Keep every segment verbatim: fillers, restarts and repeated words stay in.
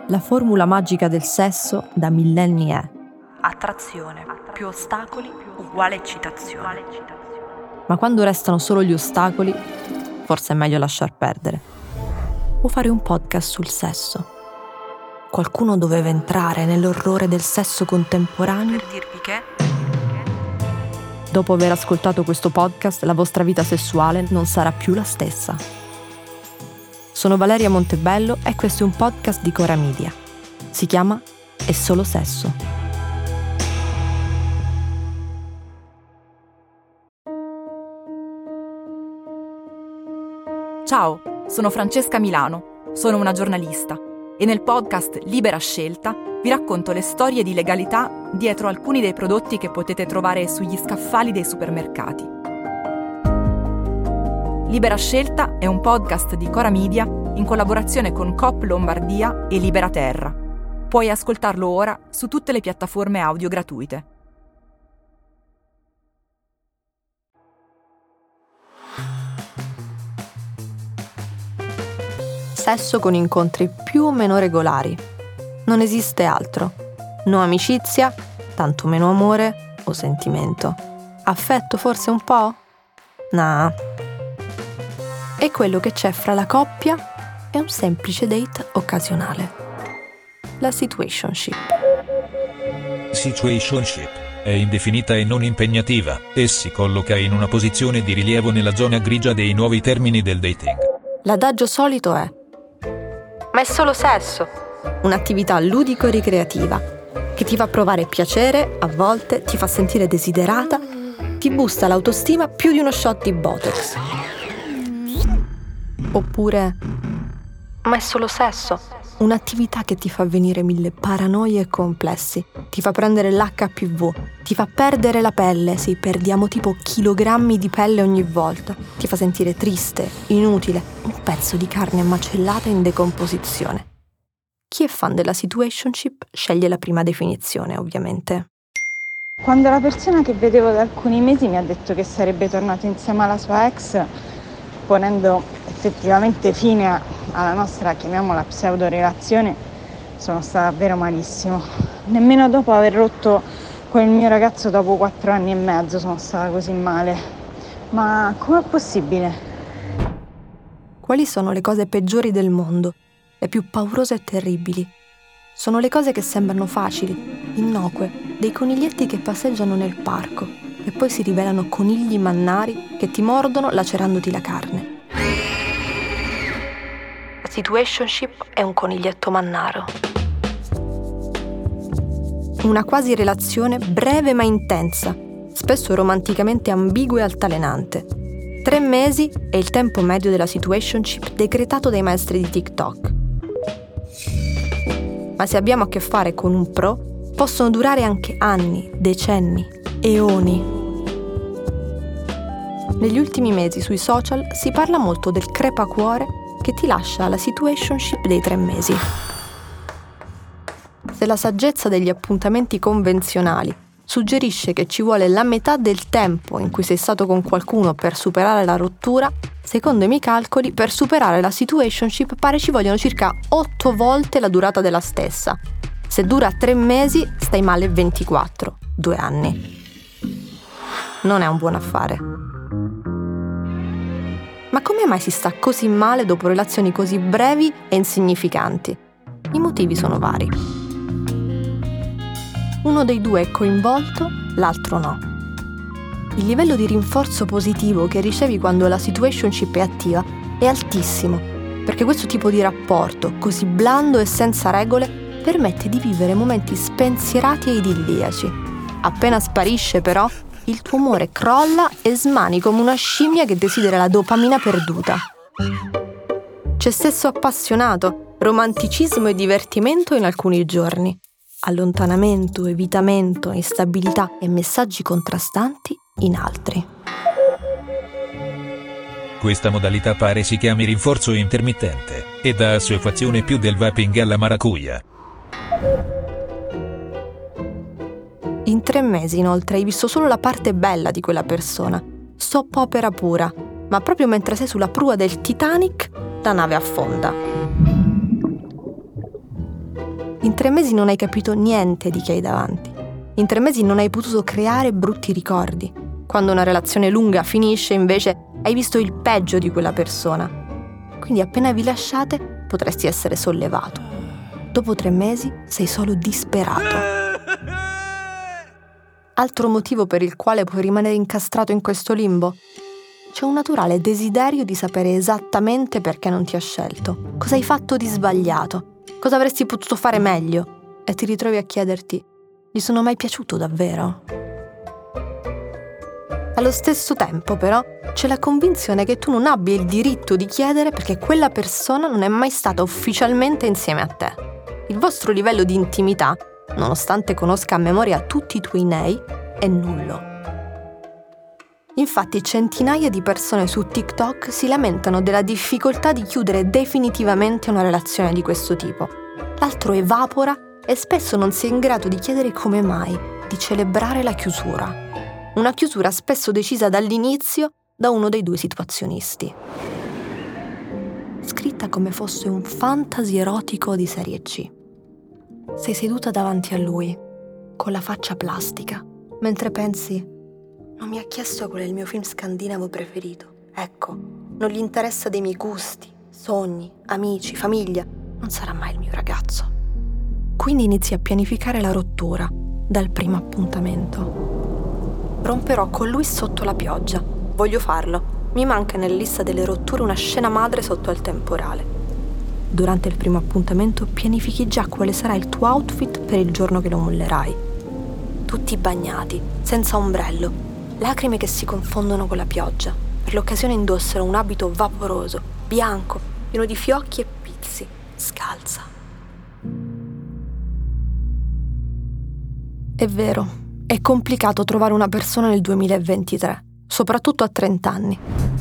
La formula magica del sesso da millenni è attrazione più ostacoli uguale eccitazione. Ma quando restano solo gli ostacoli, forse è meglio lasciar perdere. O fare un podcast sul sesso. Qualcuno doveva entrare nell'orrore del sesso contemporaneo per dirvi che, dopo aver ascoltato questo podcast, la vostra vita sessuale non sarà più la stessa. Sono Valeria Montebello e questo è un podcast di Cora Media. Si chiama È solo sesso. Ciao, sono Francesca Milano, sono una giornalista e nel podcast Libera Scelta vi racconto le storie di legalità dietro alcuni dei prodotti che potete trovare sugli scaffali dei supermercati. Libera Scelta è un podcast di Cora Media in collaborazione con Coop Lombardia e Libera Terra. Puoi ascoltarlo ora su tutte le piattaforme audio gratuite. Sesso con incontri più o meno regolari. Non esiste altro. No amicizia, tanto meno amore o sentimento. Affetto forse un po'? Nah. È quello che c'è fra la coppia e un semplice date occasionale. La situationship. Situationship è indefinita e non impegnativa e si colloca in una posizione di rilievo nella zona grigia dei nuovi termini del dating. L'adagio solito è: ma è solo sesso. Un'attività ludico-ricreativa che ti fa provare piacere, a volte ti fa sentire desiderata, ti boosta l'autostima più di uno shot di Botox. Oppure, ma è solo sesso. Un'attività che ti fa venire mille paranoie e complessi, ti fa prendere l'H P V, ti fa perdere la pelle, sì, perdiamo tipo chilogrammi di pelle ogni volta, ti fa sentire triste, inutile, un pezzo di carne macellata in decomposizione. Chi è fan della situationship sceglie la prima definizione, ovviamente. Quando la persona che vedevo da alcuni mesi mi ha detto che sarebbe tornato insieme alla sua ex, ponendo effettivamente fine alla nostra, chiamiamola, pseudo relazione, sono stata davvero malissimo. Nemmeno dopo aver rotto con il mio ragazzo dopo quattro anni e mezzo sono stata così male. Ma com'è possibile? Quali sono le cose peggiori del mondo, le più paurose e terribili? Sono le cose che sembrano facili, innocue, dei coniglietti che passeggiano nel parco e poi si rivelano conigli mannari che ti mordono lacerandoti la carne. La situationship è un coniglietto mannaro. Una quasi relazione breve ma intensa, spesso romanticamente ambigua e altalenante. Tre mesi è il tempo medio della situationship decretato dai maestri di TikTok. Ma se abbiamo a che fare con un pro, possono durare anche anni, decenni, eoni. Negli ultimi mesi sui social si parla molto del crepacuore che ti lascia la situationship dei tre mesi. Se la saggezza degli appuntamenti convenzionali suggerisce che ci vuole la metà del tempo in cui sei stato con qualcuno per superare la rottura, secondo i miei calcoli, per superare la situationship pare ci vogliono circa otto volte la durata della stessa. Se dura tre mesi, stai male ventiquattro, due anni. Non è un buon affare. Ma come mai si sta così male dopo relazioni così brevi e insignificanti? I motivi sono vari. Uno dei due è coinvolto, l'altro no. Il livello di rinforzo positivo che ricevi quando la situationship è attiva è altissimo, perché questo tipo di rapporto, così blando e senza regole, permette di vivere momenti spensierati e idilliaci. Appena sparisce, però, il tuo umore crolla e smani come una scimmia che desidera la dopamina perduta. C'è sesso appassionato, romanticismo e divertimento in alcuni giorni, allontanamento, evitamento, instabilità e messaggi contrastanti in altri. Questa modalità pare si chiami rinforzo intermittente e dà assuefazione più del vaping alla maracuja. In tre mesi, inoltre, hai visto solo la parte bella di quella persona. Soap opera pura, ma proprio mentre sei sulla prua del Titanic, la nave affonda. In tre mesi non hai capito niente di chi hai davanti. In tre mesi non hai potuto creare brutti ricordi. Quando una relazione lunga finisce, invece, hai visto il peggio di quella persona. Quindi appena vi lasciate, potresti essere sollevato. Dopo tre mesi sei solo disperato. Altro motivo per il quale puoi rimanere incastrato in questo limbo? C'è un naturale desiderio di sapere esattamente perché non ti ha scelto, cosa hai fatto di sbagliato, cosa avresti potuto fare meglio, e ti ritrovi a chiederti: gli sono mai piaciuto davvero? Allo stesso tempo, però, c'è la convinzione che tu non abbia il diritto di chiedere perché quella persona non è mai stata ufficialmente insieme a te. Il vostro livello di intimità, nonostante conosca a memoria tutti i tuoi nei, è nullo. Infatti centinaia di persone su TikTok si lamentano della difficoltà di chiudere definitivamente una relazione di questo tipo. L'altro evapora e spesso non si è in grado di chiedere come mai, di celebrare la chiusura. Una chiusura spesso decisa dall'inizio da uno dei due situazionisti. Scritta come fosse un fantasy erotico di serie C. Sei seduta davanti a lui, con la faccia plastica, mentre pensi: non mi ha chiesto qual è il mio film scandinavo preferito. Ecco, non gli interessa dei miei gusti, sogni, amici, famiglia. Non sarà mai il mio ragazzo. Quindi inizi a pianificare la rottura dal primo appuntamento. Romperò con lui sotto la pioggia. Voglio farlo. Mi manca nella lista delle rotture una scena madre sotto al temporale. Durante il primo appuntamento pianifichi già quale sarà il tuo outfit per il giorno che lo mollerai. Tutti bagnati, senza ombrello, lacrime che si confondono con la pioggia. Per l'occasione indossano un abito vaporoso, bianco, pieno di fiocchi e pizzi, scalza. È vero, è complicato trovare una persona nel duemilaventitré, soprattutto a trenta anni.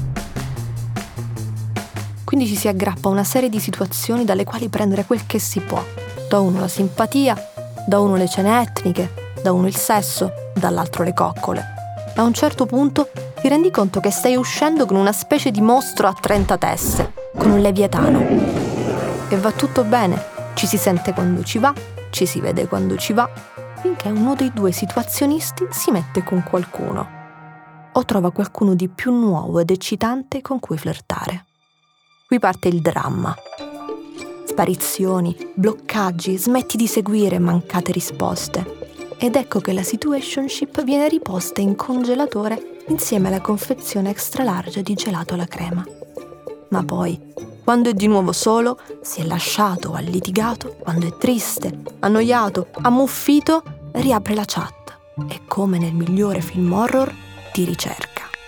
Quindi ci si aggrappa a una serie di situazioni dalle quali prendere quel che si può. Da uno la simpatia, da uno le cene etniche, da uno il sesso, dall'altro le coccole. A un certo punto ti rendi conto che stai uscendo con una specie di mostro a trenta teste, con un leviatano. E va tutto bene, ci si sente quando ci va, ci si vede quando ci va, finché uno dei due situazionisti si mette con qualcuno. O trova qualcuno di più nuovo ed eccitante con cui flirtare. Qui parte il dramma. Sparizioni, bloccaggi, smetti di seguire, mancate risposte. Ed ecco che la situationship viene riposta in congelatore insieme alla confezione extra large di gelato alla crema. Ma poi, quando è di nuovo solo, si è lasciato o ha litigato, quando è triste, annoiato, ammuffito, riapre la chat e, come nel migliore film horror, ti ricerca.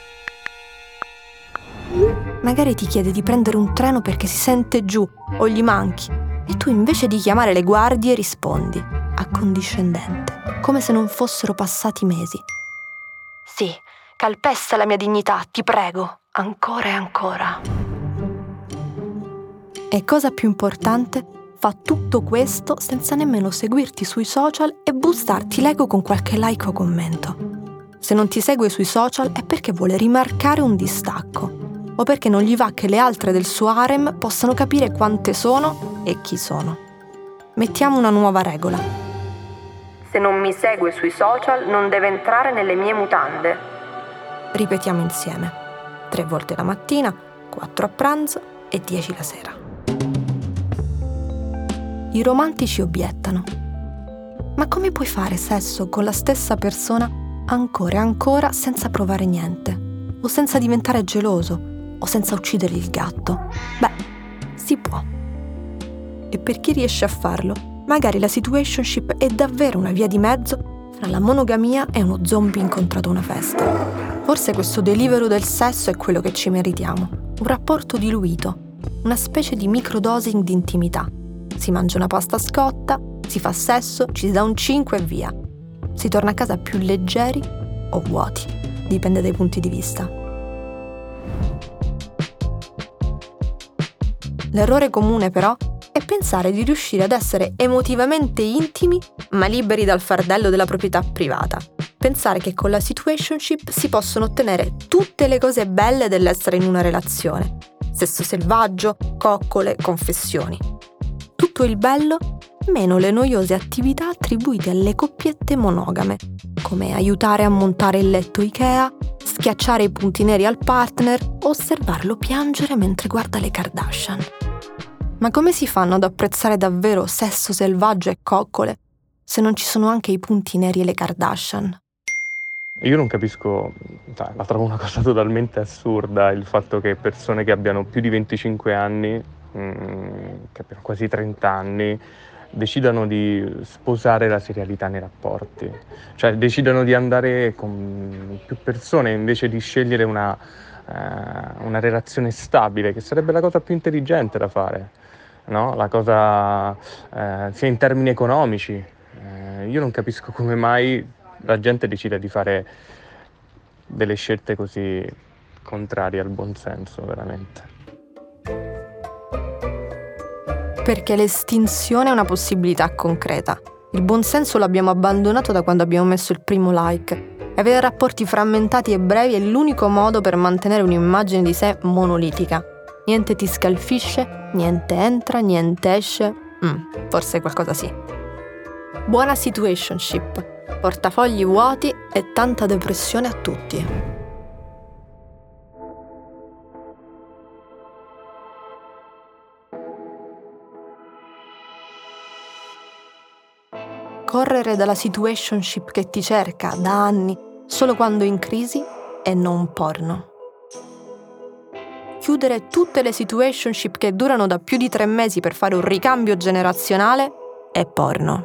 Magari ti chiede di prendere un treno perché si sente giù o gli manchi e tu invece di chiamare le guardie rispondi, accondiscendente, come se non fossero passati mesi. Sì, calpesta la mia dignità, ti prego, ancora e ancora. E cosa più importante, fa tutto questo senza nemmeno seguirti sui social e boostarti l'ego con qualche like o commento. Se non ti segue sui social è perché vuole rimarcare un distacco o perché non gli va che le altre del suo harem possano capire quante sono e chi sono. Mettiamo una nuova regola. Se non mi segue sui social non deve entrare nelle mie mutande. Ripetiamo insieme. Tre volte la mattina, quattro a pranzo e dieci la sera. I romantici obiettano. Ma come puoi fare sesso con la stessa persona ancora e ancora senza provare niente? O senza diventare geloso? O senza uccidere il gatto? Beh, si può. E per chi riesce a farlo, magari la situationship è davvero una via di mezzo fra la monogamia e uno zombie incontrato a una festa. Forse questo delivery del sesso è quello che ci meritiamo. Un rapporto diluito, una specie di microdosing di intimità. Si mangia una pasta scotta, si fa sesso, ci si dà un cinque e via. Si torna a casa più leggeri o vuoti, dipende dai punti di vista. L'errore comune, però, è pensare di riuscire ad essere emotivamente intimi, ma liberi dal fardello della proprietà privata. Pensare che con la situationship si possono ottenere tutte le cose belle dell'essere in una relazione. Sesso selvaggio, coccole, confessioni. Tutto il bello meno le noiose attività attribuite alle coppiette monogame, come aiutare a montare il letto Ikea, schiacciare i punti neri al partner o osservarlo piangere mentre guarda le Kardashian. Ma come si fanno ad apprezzare davvero sesso selvaggio e coccole se non ci sono anche i punti neri e le Kardashian? Io non capisco, cioè, la trovo una cosa totalmente assurda il fatto che persone che abbiano più di venticinque anni, mh, che abbiano quasi trenta anni, decidano di sposare la serialità nei rapporti, cioè decidano di andare con più persone invece di scegliere una, eh, una relazione stabile, che sarebbe la cosa più intelligente da fare, no? La cosa eh, sia in termini economici. Eh, io non capisco come mai la gente decide di fare delle scelte così contrarie al buonsenso, veramente. Perché l'estinzione è una possibilità concreta. Il buonsenso l'abbiamo abbandonato da quando abbiamo messo il primo like. E avere rapporti frammentati e brevi è l'unico modo per mantenere un'immagine di sé monolitica. Niente ti scalfisce, niente entra, niente esce. Mm, forse qualcosa sì. Buona situationship. Portafogli vuoti e tanta depressione a tutti. Correre dalla situationship che ti cerca da anni solo quando in crisi è non porno. Chiudere tutte le situationship che durano da più di tre mesi per fare un ricambio generazionale è porno.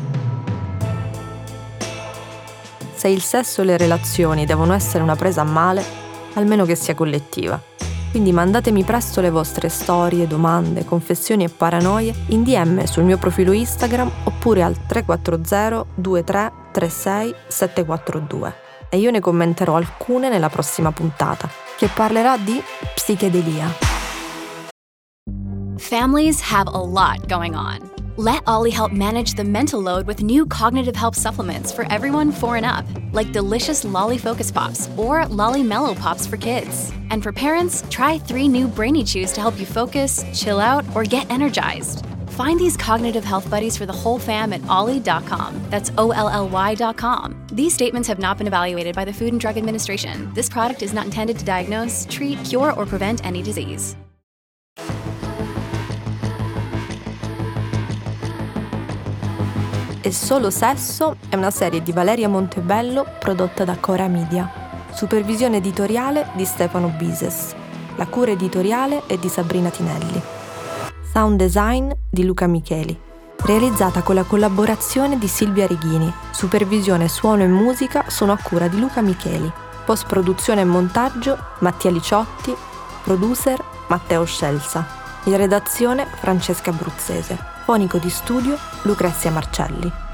Se il sesso e le relazioni devono essere una presa a male, almeno che sia collettiva. Quindi mandatemi presto le vostre storie, domande, confessioni e paranoie in D M sul mio profilo Instagram oppure al tre quattro zero due tre tre sei sette quattro due e io ne commenterò alcune nella prossima puntata, che parlerà di psichedelia. Families have a lot going on. Let Ollie help manage the mental load with new cognitive help supplements for everyone four and up, like delicious Lolly Focus Pops or Lolly Mellow Pops for kids. And for parents, try three new Brainy Chews to help you focus, chill out, or get energized. Find these cognitive health buddies for the whole fam at ollie dot com. That's O L L Y dot com. These statements have not been evaluated by the Food and Drug Administration. This product is not intended to diagnose, treat, cure, or prevent any disease. E Solo Sesso è una serie di Valeria Montebello prodotta da Cora Media. Supervisione editoriale di Stefano Bises. La cura editoriale è di Sabrina Tinelli. Sound design di Luca Micheli. Realizzata con la collaborazione di Silvia Righini. Supervisione suono e musica sono a cura di Luca Micheli. Post-produzione e montaggio Mattia Liciotti. Producer Matteo Scelsa. In redazione Francesca Bruzzese. Fonico di studio Lucrezia Marcelli.